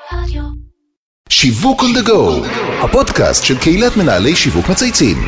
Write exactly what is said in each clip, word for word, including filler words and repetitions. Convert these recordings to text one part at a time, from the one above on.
שיווק on the go, הפודקאסט של קהילת מנהלי שיווק מצייצים.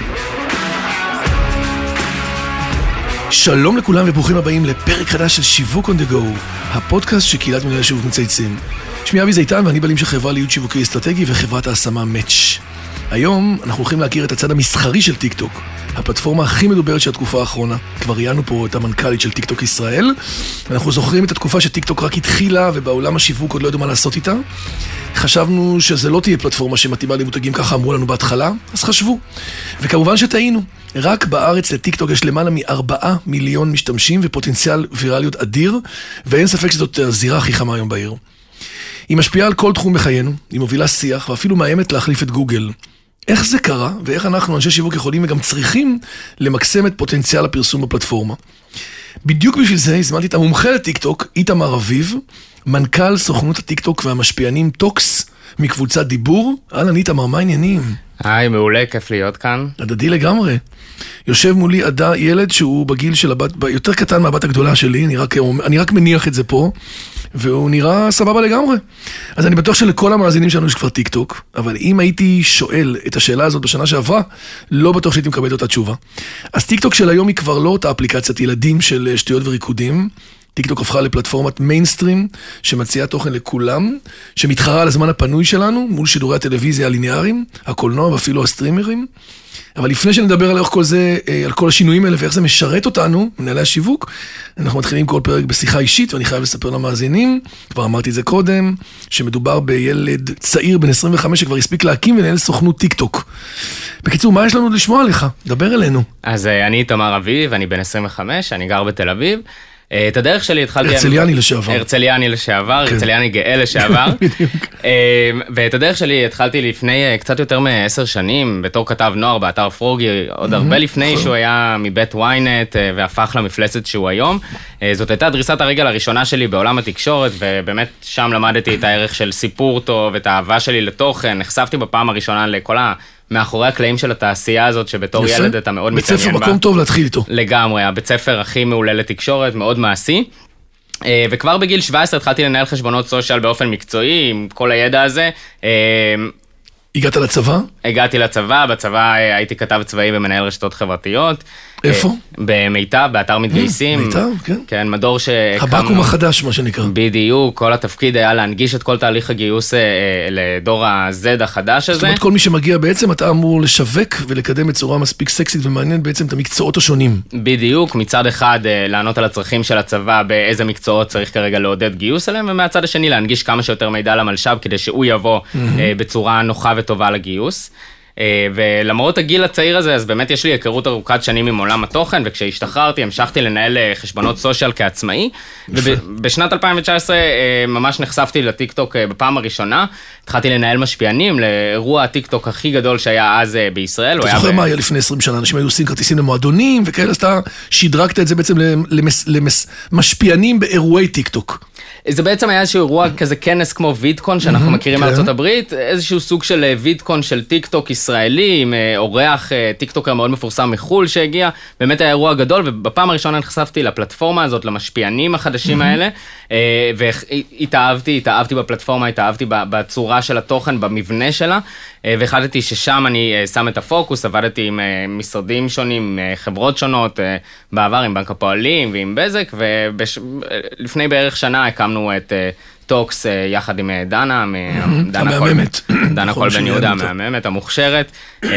שלום לכולם וברוכים הבאים לפרק חדש של שיווק on the go, הפודקאסט של קהילת מנהלי שיווק מצייצים. שמי אבי זיתן ואני בעלים של חברה להיות שיווקי אסטרטגי וחברת ההשמה Match. היום אנחנו הולכים להכיר את הצד המסחרי של טיק טוק, הפלטפורמה הכי מדוברת של התקופה האחרונה. כבר ראיינו פה את המנכ"לית של טיק טוק ישראל, ואנחנו זוכרים את התקופה שטיק טוק רק התחילה ובעולם השיווק עוד לא ידעו מה לעשות איתה. חשבנו שזה לא תהיה פלטפורמה שמתאימה למותגים, ככה אמרו לנו בהתחלה, אז חשבו. וכמובן שטעינו, רק בארץ לטיק טוק יש למעלה מארבעה מיליון משתמשים ופוטנציאל ויראליות אדיר, ואין ספק שזאת הזירה הכי חמה היום בעיר. היא משפיעה על כל תחום בחיינו, היא מובילה שיח ואפילו מאיימת להחליף את גוגל. איך זה קרה ואיך אנחנו אנשי שיווק יכולים וגם צריכים למקסם את פוטנציאל הפרסום בפלטפורמה. בדיוק בשביל זה הזמנתי את המומחה לטיק טוק, איתמר אביב, מנכ"ל סוכנות הטיק טוק והמשפיענים טוקס מקבוצת דיבור. אהלן איתמר, מה העניינים? היי, מעולה, כיף להיות כאן. הדדי לגמרי. יושב מולי עדה ילד שהוא בגיל של הבת, יותר קטן מהבת הגדולה שלי, אני רק, אני רק מניח את זה פה, והוא נראה סבבה לגמרי. אז אני בטוח שלכל המאזינים שלנו יש כבר טיק טוק, אבל אם הייתי שואל את השאלה הזאת בשנה שעברה, לא בטוח שהייתי מקבל אותה תשובה. אז טיק טוק של היום היא כבר לא אותה אפליקציית ילדים של שטויות וריקודים, טיק טוק הפכה לפלטפורמת מיינסטרים שמציעה תוכן לכולם, שמתחרה על הזמן הפנוי שלנו מול שידורי הטלוויזיה הליניאריים, הקולנוע ואפילו הסטרימרים. אבל לפני שנדבר על איך כל זה, על כל השינויים האלה ואיך זה משרת אותנו, מנהלי השיווק, אנחנו מתחילים כל פרק בשיחה אישית, ואני חייב לספר למאזינים, כבר אמרתי את זה קודם, שמדובר בילד צעיר בן עשרים וחמש שכבר הספיק להקים ולנהל סוכנות טיק טוק. בקיצור, מה יש לנו לשמוע עליך? דבר אלינו. אז אני איתמר אביב, אני בן עשרים וחמש, אני גר בתל אביב. את הדרך שלי התחלתי... הרצליאני לשעבר. הרצליאני לשעבר, הרצליאני גאה לשעבר. ואת הדרך שלי התחלתי לפני קצת יותר מעשר שנים, בתור כתב נוער באתר פרוגי, עוד הרבה לפני שהוא היה מבית וויינט, והפך למפלצת שהוא היום. זאת הייתה דריסת הרגל הראשונה שלי בעולם התקשורת, ובאמת שם למדתי את הערך של סיפור טוב, את האהבה שלי לתוכן, נחשפתי בפעם הראשונה לכל ה... מאחורי הקלעים של התעשייה הזאת, שבתור יפה. ילד אתה מאוד מתעניין בה. בית ספר מקום טוב להתחיל איתו. לגמרי, הבית ספר הכי מעולה לתקשורת, מאוד מעשי. וכבר בגיל שבע עשרה התחלתי לנהל חשבונות סושיאל באופן מקצועי, עם כל הידע הזה. הגעת לצבא? הגעתי לצבא, בצבא הייתי כתב צבאי ומנהל רשתות חברתיות. איפה? במיטב, באתר מתגייסים. מיטב, כן. כן, מדור שהקמנו. הבקו"ם החדש, מה שנקרא. בדיוק, כל התפקיד היה להנגיש את כל תהליך הגיוס לדור ה-Z החדש הזה. זאת אומרת, כל מי שמגיע בעצם, אתה אמור לשווק ולקדם בצורה מספיק סקסית ומעניינת בעצם את המקצועות השונים. בדיוק, מצד אחד לענות על הצרכים של הצבא, באיזה מקצועות צריך כרגע לעודד גיוס אליהם, ומהצד השני להנגיש כמה שיותר מידע למלש"ב, כדי שהוא יבוא בצורה נוחה וטובה לגיוס. ולמרות הגיל הצעיר הזה, אז באמת יש לי היכרות ארוכת שנים עם עולם התוכן, וכשהשתחררתי, המשכתי לנהל חשבונות סושיאל כעצמאי, ובשנת אלפיים תשע עשרה ממש נחשפתי לטיק טוק בפעם הראשונה, התחלתי לנהל משפיענים לאירוע הטיק טוק הכי גדול שהיה אז בישראל. אתה זוכר מה היה לפני עשרים שנה, אנשים היו עושים כרטיסים למועדונים וכאלה, אז אתה שדרגת את זה בעצם למשפיענים באירועי טיק טוק. זה בעצם היה איזשהו אירוע כזה כנס כמו וידקון שאנחנו מכירים מארצות הברית, איזשהו סוג של וידקון של טיק טוק ישראלי, עם אורח טיק טוקר מאוד מפורסם מחול שהגיע, באמת היה אירוע גדול, ובפעם הראשונה נחשפתי לפלטפורמה הזאת, למשפיענים החדשים האלה, והתאהבתי, התאהבתי בפלטפורמה, התאהבתי בצורה של התוכן, במבנה שלה, והחלטתי ששם אני שם את הפוקוס, עבדתי עם משרדים שונים, חברות שונות, בעבר עם בנק הפועלים ועם בזק, ולפני בערך שנה הקמנו את טוקס יחד עם דנה, המהממת, דנה קול בן יהודה, המהממת, המוכשרת,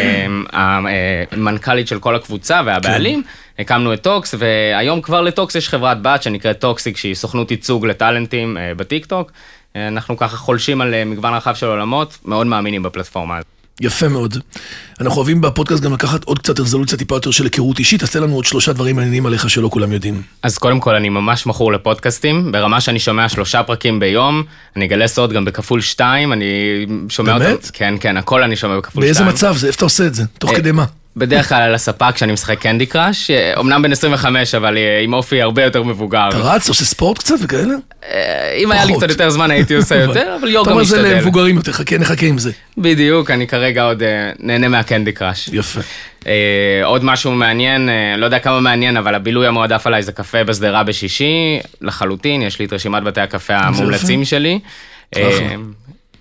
המנכ"לית של כל הקבוצה והבעלים, הקמנו את טוקס, והיום כבר לטוקס יש חברת בת שנקראת טוקסיק, שהיא סוכנות ייצוג לטלנטים בטיק טוק, אנחנו ככה חולשים על מגוון רחב של עולמות, מאוד מאמינים בפלטפורמה הזאת. יפה מאוד. אנחנו אוהבים בפודקאסט גם לקחת עוד קצת רזולוציה טיפה יותר של היכרות אישית, אז תן לנו עוד שלושה דברים מעניינים עליך שלא כולם יודעים. אז קודם כל אני ממש מכור לפודקאסטים, ברמה שאני שומע שלושה פרקים ביום, אני אגלה סוד גם בכפול שתיים, אני שומע אותם. באמת? כן, כן, הכל אני שומע בכפול באיזה שתיים. מצב זה? איפה אתה עושה את זה? תוך כדי מה? בדרך כלל על הספה כשאני משחק קנדי קראש, אמנם בן עשרים וחמש, אבל עם אופי הרבה יותר מבוגר. אתה רץ, עושה ספורט קצת וכאלה? אם היה לי קצת יותר זמן הייתי עושה יותר, אבל יוגה משתדל. אתה אומר זה למבוגרים יותר, חכה, נחכה עם זה. בדיוק, אני כרגע עוד נהנה מהקנדי קראש. יפה. עוד משהו מעניין, לא יודע כמה מעניין, אבל הבילוי המועדף עליי זה קפה בסדרה בשישי, לחלוטין, יש לי את רשימת בתי הקפה המומלצים שלי.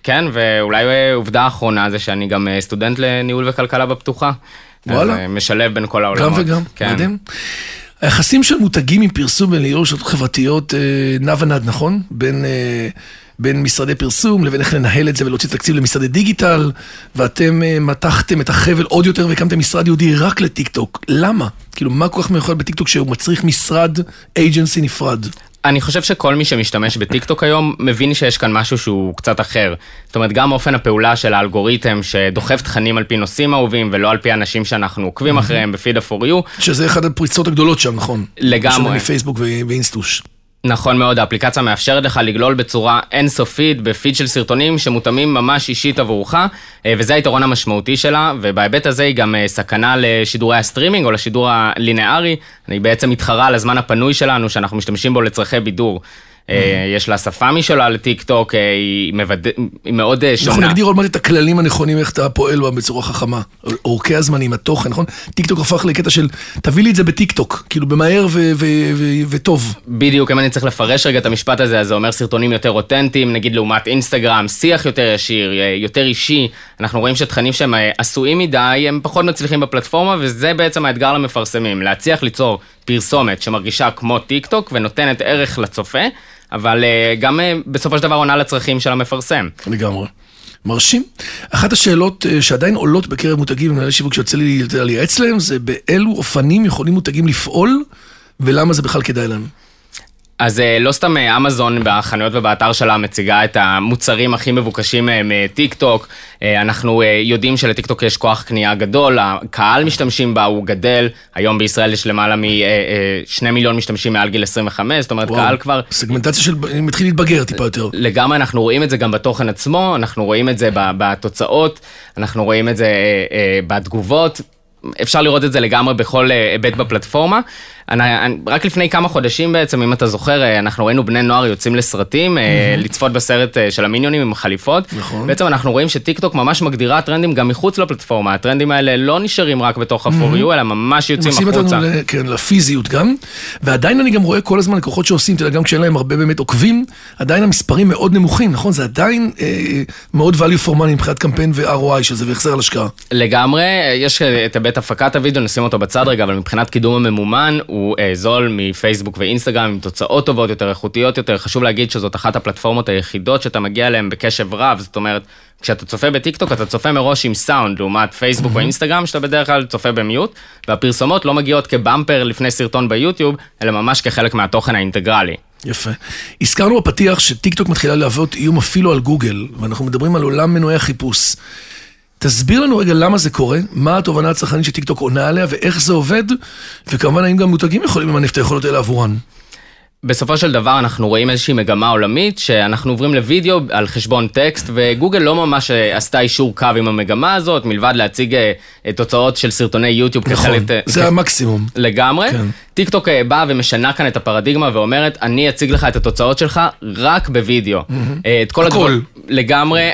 כן, ואולי עובדה האחרונה זה שאני גם סטודנט לניהול וכלכלה בפתוחה. וואלה. משלב בין כל העולמות. גם וגם, מדהים. היחסים של מותגים עם פרסום וניהול רשתות חברתיות נע ונד, נכון? בין... בין משרדי פרסום, לבין איך לנהל את זה ולהוציא תקציב למשרדי דיגיטל, ואתם מתחתם את החבל עוד יותר והקמתם משרד יהודי רק לטיקטוק. למה? כאילו, מה כל כך מיוחד בטיקטוק שהוא מצריך משרד אייג'נסי נפרד? אני חושב שכל מי שמשתמש בטיקטוק היום מבין שיש כאן משהו שהוא קצת אחר. זאת אומרת, גם אופן הפעולה של האלגוריתם שדוחף תכנים על פי נושאים אהובים ולא על פי אנשים שאנחנו עוקבים אחריהם בפיד ה-פור יו. שזה אחד הפריצות הגדולות שם, נכון? לגמרי. שזה מפייסבוק ואינסטוש. נכון מאוד, האפליקציה מאפשרת לך לגלול בצורה אינסופית בפיד של סרטונים שמותאמים ממש אישית עבורך, וזה היתרון המשמעותי שלה, ובהיבט הזה היא גם סכנה לשידורי הסטרימינג או לשידור הלינארי, אני בעצם מתחרה על הזמן הפנוי שלנו שאנחנו משתמשים בו לצרכי בידור. יש לה שפה משלה לטיק-טוק, היא מאוד שונה. אנחנו נגדיר עוד מעט את הכללים הנכונים, איך אתה פועל בה בצורה חכמה, אורכי הזמנים, התוכן, נכון? טיק-טוק הפך לקטע של, תביא לי את זה בטיק-טוק, כאילו במהר וטוב. בדיוק, אם אני צריך לפרש רגע את המשפט הזה, אז זה אומר סרטונים יותר אותנטיים, נגיד לעומת אינסטגרם, שיח יותר ישיר, יותר אישי, אנחנו רואים שתכנים שהם עשויים מדי, הם פחות מצליחים בפלטפורמה, וזה בעצם האתגר למפרסמים, להצליח ליצור פרסומת שמרגישה כמו טיק-טוק ונותנת ערך לצופה, אבל גם בסופו של דבר עונה לצרכים של המפרסם. לגמרי. מרשים. אחת השאלות שעדיין עולות בקרב מותגים ומנהלי שיווק שיוצא לי לייעץ להם, זה באילו אופנים יכולים מותגים לפעול, ולמה זה בכלל כדאי לנו. אז לא סתם אמזון בחנויות ובאתר שלה מציגה את המוצרים הכי מבוקשים מטיק טוק, אנחנו יודעים שלטיק טוק יש כוח קנייה גדול, הקהל משתמשים בה, הוא גדל, היום בישראל יש למעלה משני מיליון משתמשים מעל גיל עשרים וחמש, זאת אומרת קהל כבר... סגמנטציה של מתחיל להתבגר טיפה יותר. לגמרי, אנחנו רואים את זה גם בתוכן עצמו, אנחנו רואים את זה בתוצאות, אנחנו רואים את זה בתגובות, אפשר לראות את זה לגמרי בכל היבט בפלטפורמה. אני, רק לפני כמה חודשים בעצם, אם אתה זוכר, אנחנו ראינו בני נוער יוצאים לסרטים, mm-hmm. לצפות בסרט של המיניונים עם חליפות. נכון. בעצם אנחנו רואים שטיק-טוק ממש מגדירה טרנדים גם מחוץ לפלטפורמה. הטרנדים האלה לא נשארים רק בתוך ה-פור יו, mm-hmm. אלא ממש יוצאים החוצה. מוצאים אותנו, כן, לפיזיות גם. ועדיין אני גם רואה כל הזמן לקוחות שעושים, תראה, גם כשאין להם הרבה באמת עוקבים, עדיין המספרים מאוד נמוכים, נכון? זה עדיין אה, מאוד value for money מבחינת קמפיין ו-אר או איי של זה, והחזר על השקעה. לגמרי, יש את הבית הפקת הוידאו, נשים אותו בצד רגע, אבל מבחינת קידום הממומן, הוא זול מפייסבוק ואינסטגרם, עם תוצאות טובות יותר, איכותיות יותר. חשוב להגיד שזאת אחת הפלטפורמות היחידות שאתה מגיע אליהן בקשב רב, זאת אומרת, כשאתה צופה בטיקטוק, אתה צופה מראש עם סאונד, לעומת פייסבוק ואינסטגרם, שאתה בדרך כלל צופה במיוט, והפרסומות לא מגיעות כבמפר לפני סרטון ביוטיוב, אלא ממש כחלק מהתוכן האינטגרלי. יפה. הזכרנו בפתיח שטיקטוק מתחילה להוות איום אפילו על גוגל, ואנחנו מדברים על עולם מנועי החיפוש. תסביר לנו רגע למה זה קורה, מה התובנה הצרכנית שטיקטוק עונה עליה, ואיך זה עובד, וכמובן האם גם מותגים יכולים למנף את היכולות האלה עבורן. בסופו של דבר אנחנו רואים איזושהי מגמה עולמית, שאנחנו עוברים לוידאו על חשבון טקסט, וגוגל לא ממש עשתה אישור קו עם המגמה הזאת, מלבד להציג תוצאות של סרטוני יוטיוב. נכון, זה המקסימום. לגמרי. טיק טוק באה ומשנה כאן את הפרדיגמה, ואומרת, אני אציג לך את התוצאות שלך רק בוידאו. הכל. לגמרי.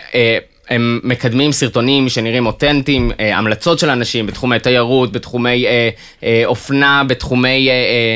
הם מקדמים סרטונים שנראים אותנטיים, המלצות של אנשים בתחומי תיירות, בתחומי אה, אה, אופנה, בתחומי... אה,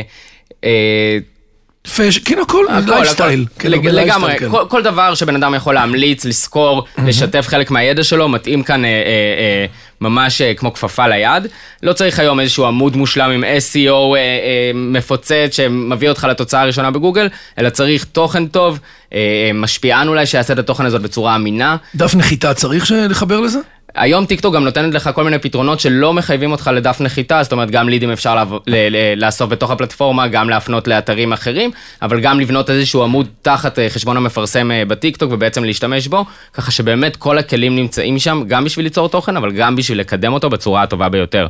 אה, פש... כן, הכל, לייפסטייל. לגמרי, כל, כל דבר שבן אדם יכול להמליץ, לזכור, לשתף חלק מהידע שלו, מתאים כאן אה, אה, אה, ממש אה, כמו כפפה ליד. לא צריך היום איזשהו עמוד מושלם עם אס אי או אה, אה, מפוצץ שמביא אותך לתוצאה הראשונה בגוגל, אלא צריך תוכן טוב, אה, משפיען אולי שיעשה את התוכן הזאת בצורה אמינה. דף נחיתה צריך לחבר לזה? היום טיקטוק גם נותנת לך כל מיני פתרונות שלא מחייבים אותך לדף נחיתה, זאת אומרת גם לידים אפשר לאסוף בתוך הפלטפורמה, גם להפנות לאתרים אחרים, אבל גם לבנות איזשהו עמוד תחת חשבון המפרסם בטיקטוק ובעצם להשתמש בו, ככה שבאמת כל הכלים נמצאים שם, גם בשביל ליצור תוכן, אבל גם בשביל לקדם אותו בצורה הטובה ביותר.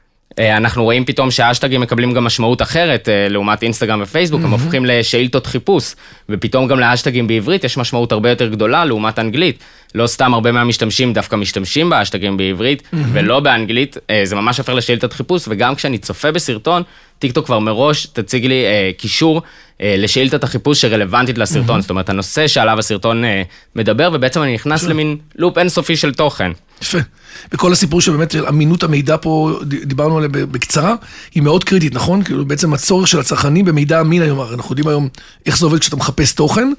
אנחנו רואים פתאום שהאשטגים מקבלים גם משמעות אחרת, לעומת אינסטגרם ופייסבוק, הם הופכים לשאילתות חיפוש, ופתאום גם לאשטגים בעברית יש משמעות הרבה יותר גדולה לעומת אנגלית. לא סתם הרבה מהמשתמשים דווקא משתמשים באשטגים בעברית, ולא באנגלית, זה ממש הופך לשאילתות חיפוש, וגם כשאני צופה בסרטון, טיקטוק כבר מראש תציג לי קישור לשאילתת החיפוש שרלוונטית לסרטון, זאת אומרת, הנושא שעליו הסרטון מדבר, ובעצם אני נכנס למין לופ אינסופי של תוכן. יפה. וכל הסיפור שבאמת אמינות המידע פה, דיברנו עליה בקצרה, היא מאוד קריטית, נכון? כאילו בעצם הצורך של הצרכנים במידע אמין היום, אנחנו יודעים היום איך זה עובד כשאתה מחפש תוכן,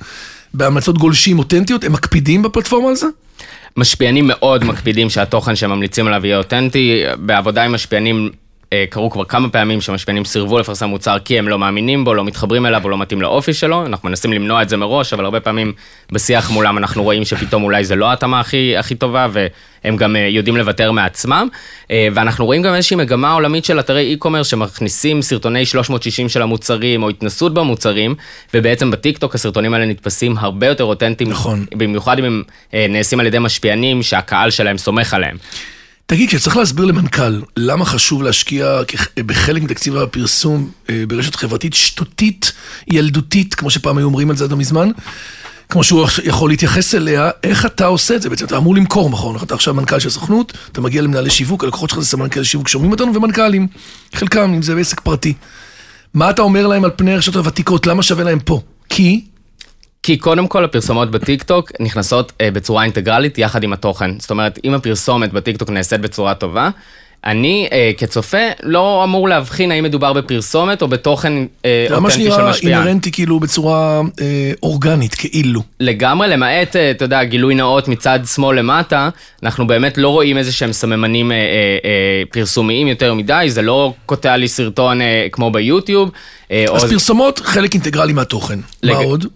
בהמלצות גולשים אותנטיות, הם מקפידים בפלטפורמה על זה? משפיענים מאוד מקפידים שהתוכן שהם ממליצים עליו יהיה אותנטי, בעבודה עם משפיענים קראו כבר כמה פעמים שמשפיענים סירבו לפרסם מוצר כי הם לא מאמינים בו, לא מתחברים אליו או לא מתאים לאופי שלו, אנחנו מנסים למנוע את זה מראש, אבל הרבה פעמים בשיח מולם אנחנו רואים שפתאום אולי זה לא התאמה הכי, הכי טובה, והם גם יודעים לוותר מעצמם, ואנחנו רואים גם איזושהי מגמה עולמית של אתרי e-commerce שמכניסים סרטוני שלוש מאות שישים של המוצרים או התנסות במוצרים, ובעצם בטיקטוק הסרטונים האלה נתפסים הרבה יותר אותנטיים, נכון. במיוחד אם הם נעשים על ידי משפיענים שהקהל שלהם סומך עליהם. תגיד, כשצריך להסביר למנכ"ל, למה חשוב להשקיע בחלק מתקציב הפרסום ברשת חברתית שטותית, ילדותית, כמו שפעם היו אומרים על זה עד מזמן, כמו שהוא יכול להתייחס אליה, איך אתה עושה את זה? בעצם אתה אמור למכור, נכון? אתה עכשיו מנכ"ל של סוכנות, אתה מגיע למנהלי שיווק, הלקוחות שלך זה סמנכ"לי שיווק, שומעים אותנו ומנכ"לים, חלקם, אם זה בעסק פרטי. מה אתה אומר להם על פני הרשתות הוותיקות? למה שווה להם פה? כי... כי קודם כל הפרסומות בטיקטוק נכנסות אה, בצורה אינטגרלית יחד עם התוכן. זאת אומרת, אם הפרסומת בטיקטוק נעשית בצורה טובה, אני אה, כצופה לא אמור להבחין האם מדובר בפרסומת או בתוכן אה, אותנטי של משפיען. ממש נראה אינרנטי כאילו בצורה אה, אורגנית, כאילו. לגמרי, למעט, אה, אתה יודע, גילוי נאות מצד שמאל למטה, אנחנו באמת לא רואים איזה שהם סממנים אה, אה, אה, פרסומיים יותר מדי, זה לא קוטע לי סרטון אה, כמו ביוטיוב. אה, אז או... פרסומות חלק אינטגרלי מהתוכן. לג... מה עוד?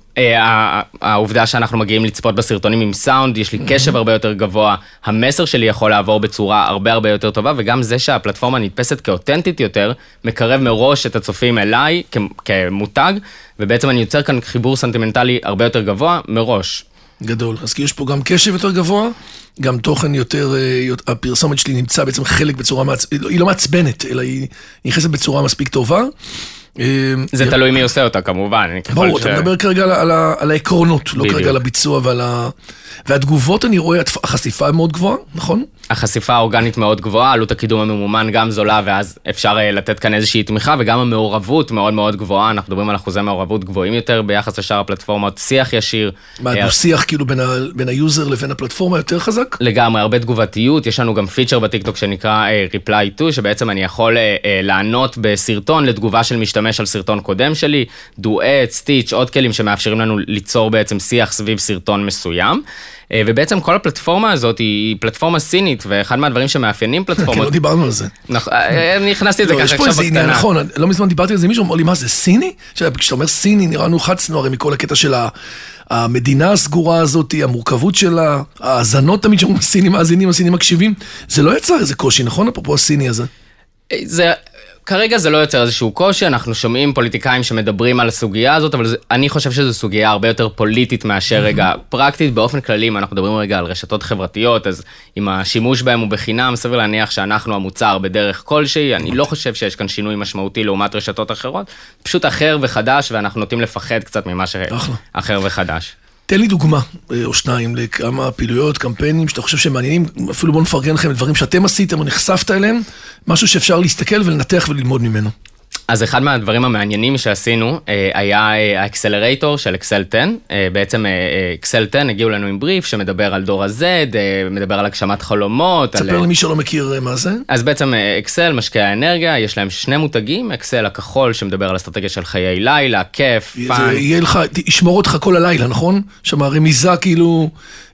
העובדה שאנחנו מגיעים לצפות בסרטונים עם סאונד, יש לי קשב הרבה יותר גבוה, המסר שלי יכול לעבור בצורה הרבה הרבה יותר טובה, וגם זה שהפלטפורמה נתפסת כאותנטית יותר, מקרב מראש את הצופים אליי כמותג, ובעצם אני יוצר כאן חיבור סנטימנטלי הרבה יותר גבוה מראש. גדול, אז כי יש פה גם קשב יותר גבוה, גם תוכן יותר, הפרסומת שלי נמצא בעצם חלק בצורה, היא לא מעצבנת, אלא היא נכנסת בצורה מספיק טובה, זה תלוי מי עושה אותה כמובן. ברור, אתה מדבר כרגע על העקרונות, לא כרגע על הביצוע והתגובות, אני רואה החשיפה מאוד גבוהה, נכון? החשיפה האורגנית מאוד גבוהה, עלות הקידום הממומן גם זולה, ואז אפשר לתת כאן איזושהי תמיכה, וגם המעורבות מאוד מאוד גבוהה, אנחנו מדברים על אחוזי מעורבות גבוהים יותר ביחס לשאר הפלטפורמות, שיח ישיר. מה, שיח כאילו בין היוזר לבין הפלטפורמה יותר חזק? לגמרי, הרבה תגובתיות, יש לנו גם פיצ'ר בטיקטוק שנקרא reply to, שבעצם אני יכול לענות בסרטון לתגובה של משתמש על סרטון קודם שלי, דואט, סטיץ', עוד כלים שמאפשרים לנו ליצור בעצם שיח סביב סרטון מסוים. ובעצם כל הפלטפורמה הזאת היא פלטפורמה סינית, ואחד מהדברים שמאפיינים פלטפורמות... כן, לא דיברנו על זה. נכנסתי את זה ככה עכשיו בקטנה. נכון, לא מזמן דיברתי על זה, מישהו אמר לי, מה זה, סיני? כשאתה אומר סיני, נראינו חצנו הרי מכל הקטע של המדינה הסגורה הזאת, המורכבות שלה, ההאזנות תמיד שאומרים סינים, האזינים, הסינים מקשיבים, זה לא יצר איזה קושי, נכון? אפרופו הסיני הזה. זה... כרגע זה לא יוצר איזשהו קושי, אנחנו שומעים פוליטיקאים שמדברים על הסוגיה הזאת, אבל זה, אני חושב שזו סוגיה הרבה יותר פוליטית מאשר רגע פרקטית. באופן כללי, אם אנחנו מדברים רגע על רשתות חברתיות, אז אם השימוש בהם הוא בחינם, סביר להניח שאנחנו המוצר בדרך כלשהי, אני לא חושב שיש כאן שינוי משמעותי לעומת רשתות אחרות, פשוט אחר וחדש, ואנחנו נוטים לפחד קצת ממה שאחר וחדש. תן לי דוגמה, או שניים, לכמה פעילויות, קמפיינים, שאתה חושב שהם מעניינים, אפילו בוא נפרגן לכם דברים שאתם עשיתם או נחשפת אליהם, משהו שאפשר להסתכל ולנתח וללמוד ממנו. אז אחד מהדברים המעניינים שעשינו היה האקסלרייטור של אקסל עשר. בעצם אקסל עשר הגיעו לנו עם בריף שמדבר על דור ה-Z, מדבר על הגשמת חלומות. תספר למי שלא מכיר מה זה. אז בעצם אקסל, משקיע אנרגיה, יש להם שני מותגים, אקסל הכחול שמדבר על אסטרטגיה של חיי לילה, כיף, פאן. יהיה לך, ישמור אותך כל הלילה, נכון? שמה רמיזה כאילו...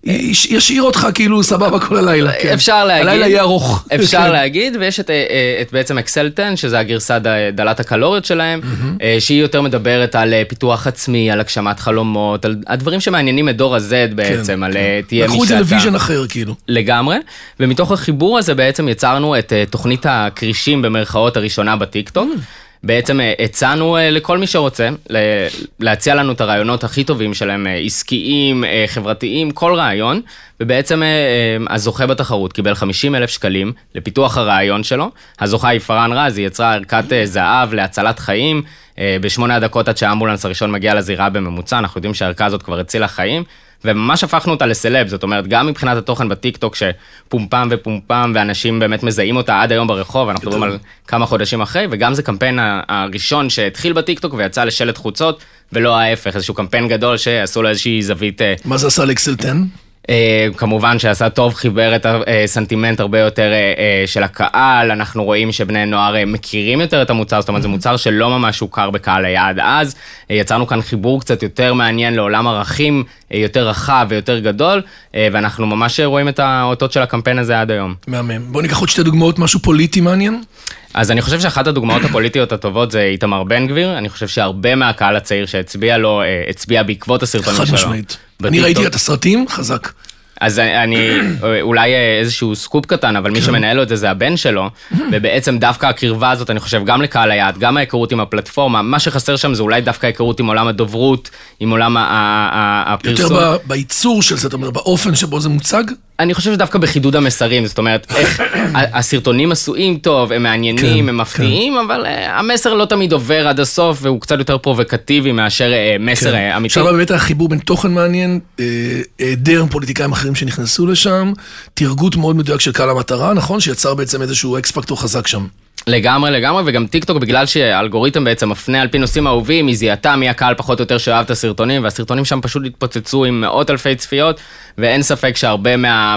ישאיר אותך כאילו סבבה כל הלילה. אפשר להגיד. הלילה יהיה ארוך. אפשר להגיד, ויש את, את בעצם אקסל עשר, שזה הגרסה דלת הקלוריות שלהם, שהיא יותר מדברת על פיתוח עצמי, על הגשמת חלומות, על הדברים שמעניינים את דור ה-Z בעצם, על תהיה מי שאתה. לקחו את זה לוויז'ן אחר כאילו. לגמרי, ומתוך החיבור הזה בעצם יצרנו את תוכנית הקרישים במרכאות הראשונה בטיקטוק, בעצם הצענו לכל מי שרוצה להציע לנו את הרעיונות הכי טובים שלהם, עסקיים, חברתיים, כל רעיון, ובעצם הזוכה בתחרות קיבל חמישים אלף שקלים לפיתוח הרעיון שלו. הזוכה היא פרן רז, היא יצרה ערכת זהב להצלת חיים, בשמונה הדקות עד שהאמבולנס הראשון מגיע לזירה בממוצע, אנחנו יודעים שהערכה הזאת כבר הצילה חיים, וממש הפכנו אותה לסלב, זאת אומרת, גם מבחינת התוכן בטיקטוק שפומפם ופומפם, ואנשים באמת מזהים אותה עד היום ברחוב, אנחנו מדברים על כמה חודשים אחרי, וגם זה קמפיין הראשון שהתחיל בטיקטוק ויצא לשלט חוצות, ולא ההפך, איזשהו קמפיין גדול שעשו לו איזושהי זווית... מה זה עשה לאקסל עשר? כמובן שעשה טוב, חיבר את הסנטימנט הרבה יותר של הקהל, אנחנו רואים שבני נוער מכירים יותר את המוצר, זאת אומרת זה מוצר שלא ממש הוכר בקהל היעד אז, יצרנו כאן חיבור קצת יותר מעניין לעולם ערכים יותר רחב ויותר גדול, ואנחנו ממש רואים את האותות של הקמפיין הזה עד היום. מהמם. בוא ניקח עוד שתי דוגמאות, משהו פוליטי מעניין. אז אני חושב שאחת הדוגמאות הפוליטיות הטובות זה איתמר בן גביר, אני חושב שהרבה מהקהל הצעיר שהצביע לו, הצביע בעקבות הסרטונים שלו. חד משמעית. אני ראיתי את הסרטים, חזק. אז אני, אולי איזשהו סקופ קטן, אבל מי שמנהל לו את זה זה הבן שלו, ובעצם דווקא הקרבה הזאת, אני חושב, גם לקהל היעד, גם ההיכרות עם הפלטפורמה, מה שחסר שם זה אולי דווקא ההיכרות עם עולם הדוברות, עם עולם הפרסום. יותר בייצור של זה, זאת אומרת, באופן שבו זה מוצג? אני חושב שדווקא בחידוד המסרים, זאת אומרת, איך הסרטונים עשויים טוב, הם מעניינים, הם מפתיעים, אבל המסר לא תמיד עובר עד הסוף, והוא קצת יותר פרובוקטיבי מאשר מסר אמיתי. עכשיו באמת החיבור בין תוכן מעניין, היעדר פוליטיקאים אחרים שנכנסו לשם, תרגות מאוד מדויק של קהל המטרה, נכון? שיצר בעצם איזשהו אקס פקטור חזק שם. לגמרי, לגמרי, וגם טיק טוק, בגלל שהאלגוריתם בעצם מפנה על פי נושאים אהובים, היא זיהתה מי הקהל פחות או יותר שאוהב את הסרטונים, והסרטונים שם פשוט התפוצצו עם מאות אלפי צפיות, ואין ספק שהרבה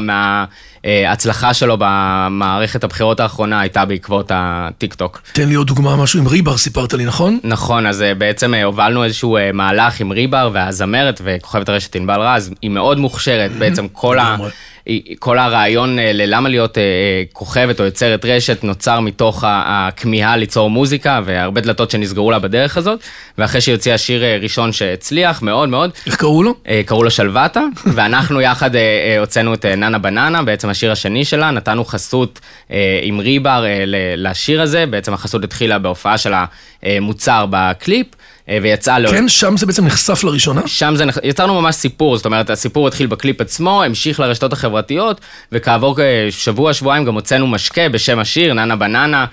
מההצלחה מה, שלו במערכת הבחירות האחרונה הייתה בעקבות הטיק טוק. תן לי עוד דוגמה, משהו עם ריבר, סיפרת לי, נכון? נכון, אז בעצם הובלנו איזשהו מהלך עם ריבר, והזמרת וכוכבת הרשת ענבל רז, היא מאוד מוכשרת, בעצם כל ה... כל הרעיון ללמה להיות כוכבת או יוצרת רשת נוצר מתוך הכמיהה ליצור מוזיקה והרבה דלתות שנסגרו לה בדרך הזאת, ואחרי שהיא הוציאה שיר ראשון שהצליח מאוד מאוד. איך קראו לו? קראו לו שלוותה, ואנחנו יחד הוצאנו את ננה בננה, בעצם השיר השני שלה, נתנו חסות עם ריבר לשיר הזה, בעצם החסות התחילה בהופעה של המוצר בקליפ, ויצא לו... כן, שם זה בעצם נחשף לראשונה? שם זה, יצרנו ממש סיפור, זאת אומרת, הסיפור התחיל בקליפ עצמו, המשיך לרשתות החברתיות, וכעבור שבוע, שבועיים גם הוצאנו משקה בשם השיר, ננה בננה,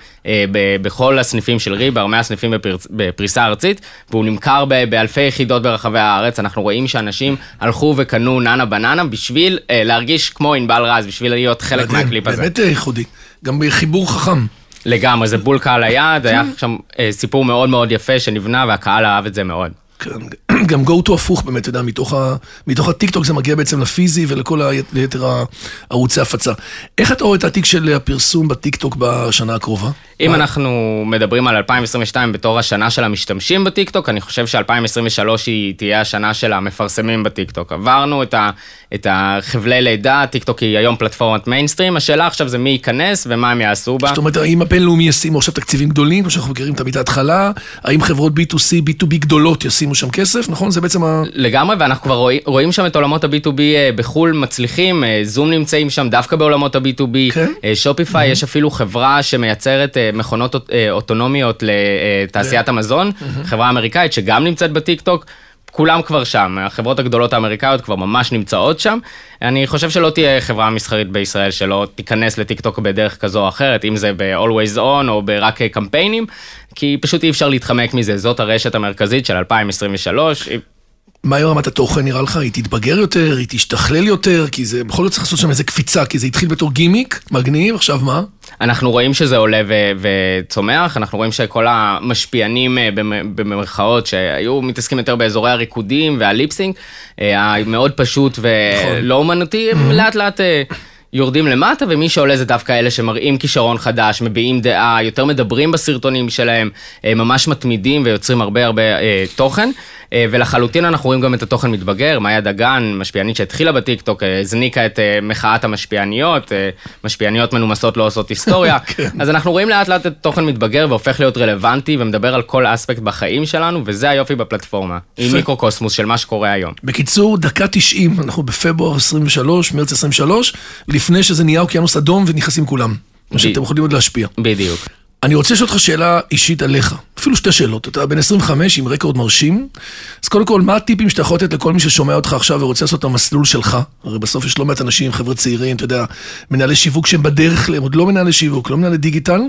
בכל הסניפים של ריבר, מאה סניפים בפריסה ארצית, והוא נמכר באלפי יחידות ברחבי הארץ, אנחנו רואים שאנשים הלכו וקנו ננה בננה, בשביל להרגיש כמו ענבל רז, בשביל להיות חלק מהקליפ הזה. באמת ייחודי, גם בחיבור חכם. לגמרי, זה בול קהל היעד, היה שם סיפור מאוד מאוד יפה שנבנה, והקהל אהב את זה מאוד. גם go to הפוך באמת, אתה יודע, מתוך הטיק-טוק זה מגיע בעצם לפיזי ולכל היתר ערוצי הפצה. איך אתה רואה את התיק של הפרסום בטיק-טוק בשנה הקרובה? אם אנחנו מדברים על אלפיים עשרים ושתיים בתור השנה של המשתמשים בטיק-טוק, אני חושב ש-אלפיים עשרים ושלוש היא תהיה השנה של המפרסמים בטיק-טוק. עברנו את, ה, את החבלי לידה, טיק-טוק היא היום פלטפורמת מיינסטרים, השאלה עכשיו זה מי ייכנס ומה הם יעשו בה. זאת אומרת, האם הבינלאומי ישימו עכשיו תקציבים גדולים, כמו שאנחנו מכירים תמיד ההתחלה, האם חברות בי טו סי, בי טו בי גדולות ישימו שם כסף, נכון? זה בעצם ה... לגמרי, ואנחנו כבר רואים, רואים שם את עולמות ה-בי טו בי בחול מצליחים, זום נמצאים שם דווקא בעולמות ה-בי טו בי, שופיפיי, יש אפילו חברה שמייצרת מכונות אוטונומיות לתעשיית המזון, חברה אמריקאית שגם נמצאת בטיק-טוק, כולם כבר שם, החברות הגדולות האמריקאיות כבר ממש נמצאות שם, אני חושב שלא תהיה חברה מסחרית בישראל שלא תיכנס לטיק-טוק בדרך כזו או אחרת, אם זה ב-Always On או ברק קמפיינים, כי פשוט אי אפשר להתחמק מזה, זאת הרשת המרכזית של אלפיים עשרים ושלוש. מה היא רמת התוכן נראה לך? היא תתבגר יותר, היא תשתכלל יותר, כי זה בכל זאת צריך לעשות שם איזה קפיצה, כי זה התחיל בתור גימיק, מגניב, עכשיו מה? אנחנו רואים שזה עולה ו- וצומח, אנחנו רואים שכל המשפיענים במרכאות שהיו מתעסקים יותר באזורי הריקודים והליפסינג, מאוד פשוט ולא אומנותי, לאט לאט יורדים למטה, ומי שעולה זה דווקא אלה שמראים כישרון חדש, מביעים דעה, יותר מדברים בסרטונים שלהם, ממש מתמידים ויוצרים הרבה הרבה אה, תוכן, אה, ולחלוטין אנחנו רואים גם את התוכן מתבגר, מאיה דגן, משפיענית שהתחילה בטיק-טוק, הזניקה את אה, מחאת המשפיעניות, אה, משפיעניות מנומסות לא עושות היסטוריה, אז אנחנו רואים לאט לאט את תוכן מתבגר, והופך להיות רלוונטי, ומדבר על כל אספקט בחיים שלנו, וזה היופי בפלטפורמה, עם מיקרוקוסמוס של מה שקורה היום. בקיצור, דקה תשעים, אנחנו בפברואר עשרים ושלוש, מרץ עשרים ושלוש, לפני שזה נהיה אוקיינוס אדום ונכנסים כולם. מה שאתם יכולים עוד להשפיע. בדיוק. אני רוצה לשאול אותך שאלה אישית עליך. אפילו שתי שאלות. אתה בן עשרים וחמש עם רקורד מרשים. אז קודם כל, מה הטיפים שאתה יכול לתת לכל מי ששומע אותך עכשיו ורוצה לעשות את המסלול שלך? הרי בסוף יש לא מעט אנשים, חבר'ה צעירים, אתה יודע, מנהלי שיווק שהם בדרך להם, עוד לא מנהלי שיווק, לא מנהלי דיגיטל.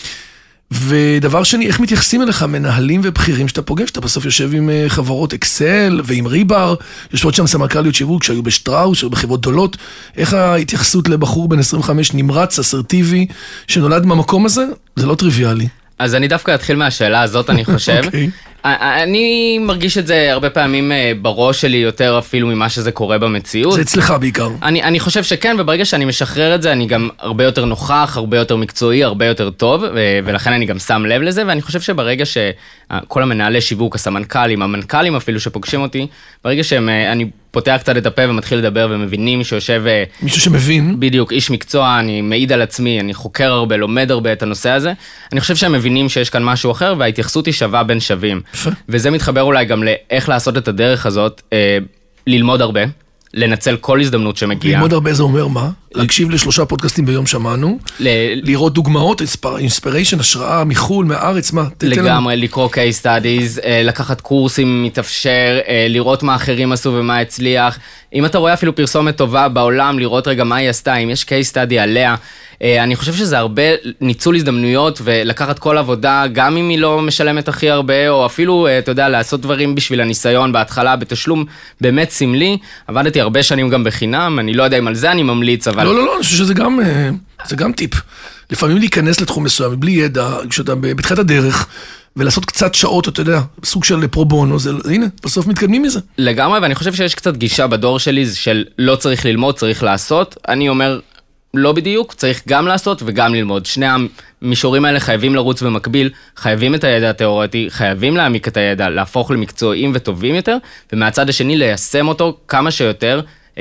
ודבר שני, איך מתייחסים אליך מנהלים ובכירים שאתה פוגש? אתה בסוף יושב עם חברות אקסל ועם ריבר, יושבות שם סמנכ"ליות שיווק שהיו בשטראוס, שהיו בחברות גדולות. איך ההתייחסות לבחור בן עשרים וחמש נמרץ, אסרטיבי, שנולד מהמקום הזה? זה לא טריוויאלי. אז אני דווקא אתחיל מהשאלה הזאת, אני חושב. okay. אני מרגיש את זה הרבה פעמים בראש שלי יותר אפילו ממה שזה קורה במציאות. זה אצלך בעיקר. אני, אני חושב שכן, וברגע שאני משחרר את זה, אני גם הרבה יותר נוכח, הרבה יותר מקצועי, הרבה יותר טוב, ולכן אני גם שם לב לזה, ואני חושב שברגע שכל המנהלי שיווק, הסמנכ"לים, המנכ"לים אפילו שפוגשים אותי, ברגע שאני פותח קצת את הפה ומתחיל לדבר ומבינים שיושב... מישהו שמבין. בדיוק, איש מקצוע, אני מעיד על עצמי, אני חוקר הרבה, לומד הרבה את הנושא הזה, אני חושב שהם מבינים שיש כאן משהו אחר, וההתייחסות היא שווה בין שווים. וזה מתחבר אולי גם לאיך לעשות את הדרך הזאת, אה, ללמוד הרבה, לנצל כל הזדמנות שמגיעה. ללמוד הרבה זה אומר מה? להקשיב לשלושה פודקאסטים ביום שמענו, ל... לראות דוגמאות, אינספיריישן, השראה מחול, מהארץ, מה? לגמרי, לקרוא case studies, לקחת קורסים מתאפשר, לראות מה אחרים עשו ומה הצליח. אם אתה רואה אפילו פרסומת טובה בעולם, לראות רגע מה היא עשתה, אם יש case study עליה, אני חושב שזה הרבה ניצול הזדמנויות ולקחת כל עבודה, גם אם היא לא משלמת הכי הרבה, או אפילו, אתה יודע, לעשות דברים בשביל הניסיון בהתחלה, בתשלום באמת סמלי. עבדתי הרבה שנים גם בחינם, אני לא יודע אם על זה אני ממליץ, אבל... לא, לא, לא, אני חושב שזה גם, זה גם טיפ. לפעמים להיכנס לתחום מסוים, בלי ידע, כשאתה בתחילת הדרך, ולעשות קצת שעות, אתה יודע, סוג של פרו-בונו, זה, הנה, בסוף מתקדמים מזה. לגמרי, ואני חושב שיש קצת גישה בדור שלי, של לא צריך ללמוד, צריך לעשות. אני אומר, לא בדיוק, צריך גם לעשות וגם ללמוד. שני המישורים האלה חייבים לרוץ במקביל, חייבים את הידע התיאורטי, חייבים להעמיק את הידע, להפוך למקצועיים וטובים יותר, ומהצד השני ליישם אותו כמה שיותר,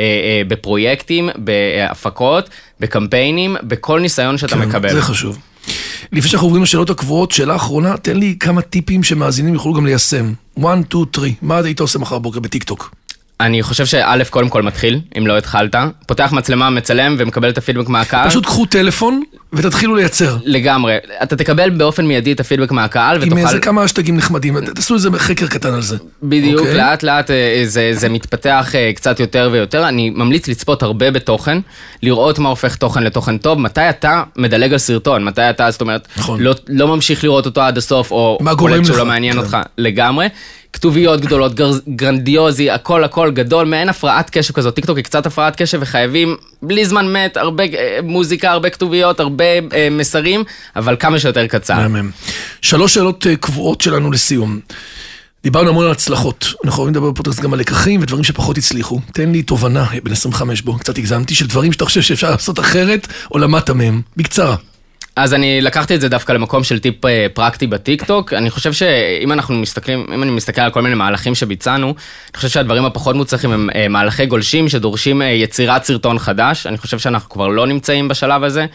בפרויקטים, בהפקות, בקמפיינים, בכל ניסיון שאתה מקבל. זה חשוב. לפני שאנחנו עוברים לשאלות הקבועות, שאלה אחרונה, תן לי כמה טיפים שמאזינים יוכלו גם ליישם. אחת, שתיים, שלוש, מה היית עושה מחר בוקר בטיק-טוק? אני חושב שא' קודם כל מתחיל, אם לא התחלת, פותח מצלמה, מצלם ומקבל את הפידבק מהקהל. פשוט קחו טלפון ותתחילו לייצר. לגמרי. אתה תקבל באופן מיידי את הפידבק מהקהל ותוכל... עם איזה כמה אשטגים נחמדים, תעשו איזה חקר קטן על זה. בדיוק, לאט לאט זה, זה מתפתח קצת יותר ויותר. אני ממליץ לצפות הרבה בתוכן, לראות מה הופך תוכן לתוכן טוב, מתי אתה מדלג על סרטון, מתי אתה, זאת אומרת, לא, לא ממשיך לראות אותו עד הסוף, או קולט שהוא לא מעניין אותך לגמרי. כתוביות גדולות, גרנדיוזי, הכל הכל גדול, מעין הפרעת קשב כזאת, טיקטוק היא קצת הפרעת קשב וחייבים בלי זמן מת, הרבה מוזיקה, הרבה כתוביות, הרבה מסרים, אבל כמה שיותר קצר. שלוש שאלות קבועות שלנו לסיום. דיברנו המון על הצלחות, אנחנו יכולים לדבר בפודקאסט גם על לקחים ודברים שפחות הצליחו. תן לי תובנה, בן עשרים וחמש בו, קצת הגזמתי, של דברים שאתה חושב שאפשר לעשות אחרת, או למדת מהם, בקצרה. אז אני לקחתי את זה דווקא למקום של טיפ פרקטי בטיקטוק. אני חושב שאם אנחנו מסתכלים, אם אני מסתכל על כל מיני מהלכים שביצענו, אני חושב שהדברים הפחות מוצלחים הם מהלכי גולשים שדורשים יצירת סרטון חדש. אני חושב שאנחנו כבר לא נמצאים בשלב הזה.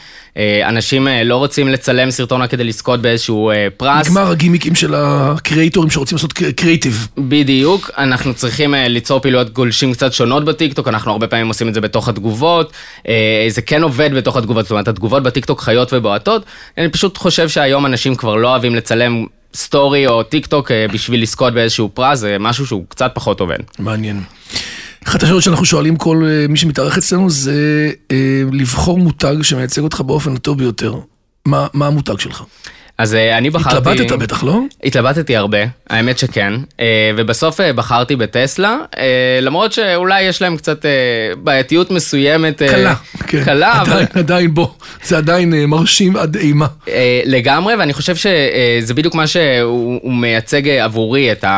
אנשים לא רוצים לצלם סרטון כדי לזכות באיזשהו פרס. נגמר הגימיקים של הקריאטורים שרוצים לעשות קריאטיב. בדיוק. אנחנו צריכים ליצור פעילויות גולשים קצת שונות בטיקטוק. אנחנו הרבה פעמים עושים את זה בתוך התגובות. זה כן עובד בתוך התגובות. זאת אומרת, התגובות בטיקטוק חיות ובועטות. אני פשוט חושב שהיום אנשים כבר לא אוהבים לצלם סטורי או טיק טוק בשביל לזכות באיזשהו פרס, זה משהו שהוא קצת פחות עובד. מעניין. אחת השאלות שאנחנו שואלים כל מי שמתארח אצלנו זה לבחור מותג שמייצג אותך באופן הטוב ביותר. מה, מה המותג שלך? אז אני בחרתי... התלבטת בטח, לא? התלבטתי הרבה, האמת שכן, ובסוף בחרתי בטסלה, למרות שאולי יש להם קצת בעייתיות מסוימת. קלה, כן. קלה, אבל... עדיין בו, זה עדיין מרשים עד אימה. לגמרי, ואני חושב שזה בדיוק מה שהוא מייצג עבורי, את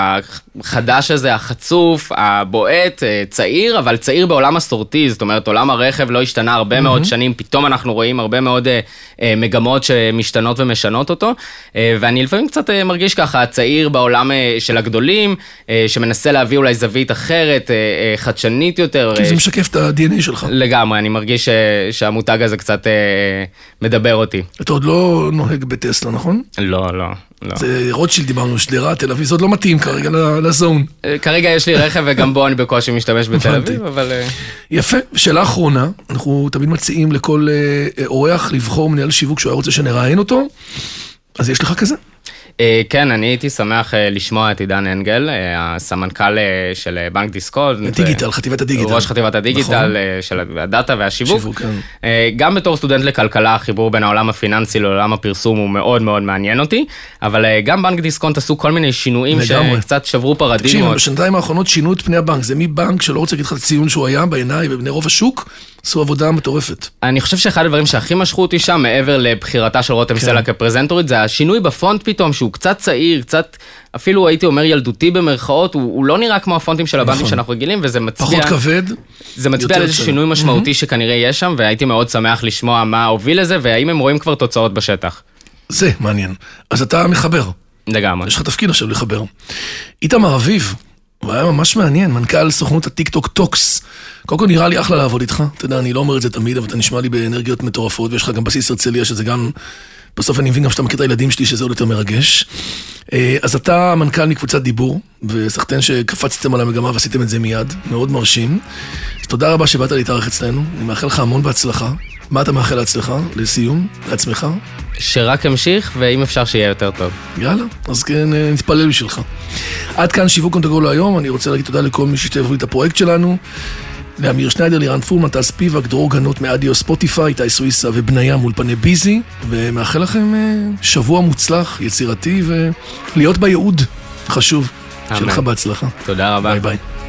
החדש הזה, החצוף, הבועט, צעיר, אבל צעיר בעולם מסורתי, זאת אומרת, עולם הרכב לא השתנה הרבה מאוד שנים, פתאום אנחנו רואים הרבה מאוד מגמות שמשתנות ומשנות אותו, ואני לפעמים קצת מרגיש ככה, צעיר בעולם של הגדולים, שמנסה להביא אולי זווית אחרת, חדשנית יותר. כי זה משקף את ה-די אן איי שלך. לגמרי, אני מרגיש שהמותג הזה קצת מדבר אותי. אתה עוד לא נוהג בטסלה, נכון? לא, לא. זה רוטשילד דיברנו, שדרה, תל אביב, זה עוד לא מתאים כרגע לזון. כרגע יש לי רכב וגם בו אני בקושי משתמש בתל אביב, אבל... יפה, שאלה אחרונה, אנחנו תמיד מציעים לכל אורח לבחור מנהל שיווק שהוא היה רוצה שנראיין אותו, אז יש לך כזה? כן, אני הייתי שמח לשמוע את עידן אנגל, הסמנכ"ל של בנק דיסקונט. הדיגיטל, חטיבת הדיגיטל. ראש חטיבת הדיגיטל של הדאטה והשיווק. גם בתור סטודנט לכלכלה, החיבור בין העולם הפיננסי לעולם הפרסום הוא מאוד מאוד מעניין אותי, אבל גם בנק דיסקונט עשו כל מיני שינויים שקצת שברו פרדיגמות. תקשיב, בשנתיים האחרונות שינו את פני הבנק, זה מבנק שלא רוצה להגיד לך את הציון שהוא היה בעיניי ובבני רוב השוק, עשו עבודה מטורפת. אני חושב שאחד הדברים שהכי משכו אותי שם, מעבר לבחירתה של רותם סלע כפרזנטורית, זה השינוי בפונט פתאום, שהוא שהוא קצת צעיר, קצת, אפילו הייתי אומר ילדותי במרכאות, הוא, הוא לא נראה כמו הפונטים של הבנקים נכון. שאנחנו רגילים, וזה מצביע... פחות כבד. זה מצביע על איזה שינוי משמעותי mm-hmm. שכנראה יש שם, והייתי מאוד שמח לשמוע מה הוביל לזה, והאם הם רואים כבר תוצאות בשטח. זה מעניין. אז אתה מחבר. לגמרי. יש לך תפקיד עכשיו לחבר. איתמר אביב, הוא היה ממש מעניין, מנכ"ל סוכנות הטיק-טוק טוקס. קודם כל נראה לי אחלה לעבוד איתך. אתה יודע, אני לא אומר את זה תמיד, אבל אתה נשמע לי באנרגיות מטורפות, ויש לך גם בסיס הרצליה, שזה גם... בסוף אני מבין גם שאתה מכיר את הילדים שלי, שזה עוד יותר מרגש. אז אתה מנכ"ל מקבוצת דיבור, וסחטן שקפצתם על המגמה ועשיתם את זה מיד, מאוד מרשים. אז תודה רבה שבאת להתארח אצלנו, אני מאחל לך המון בהצלחה. מה אתה מאחל להצלחה, לסיום, לעצמך? שרק המשיך, ואם אפשר שיהיה יותר טוב. יאללה, אז כן, נתפלל בשבילך. עד כאן שיווק on the go להיום, אני רוצה להגיד תודה לכל מי שתעברו את הפרויקט שלנו, לאמיר שניידר, לירן פורמן, טס פיבק, דרור גנות מאדיו ספוטיפיי, איתי סוויסה ובניה מול פני ביזי, ומאחל לכם שבוע מוצלח, יצירתי, ולהיות בייעוד חשוב. שלך בהצלחה. תודה רבה. ביי ביי.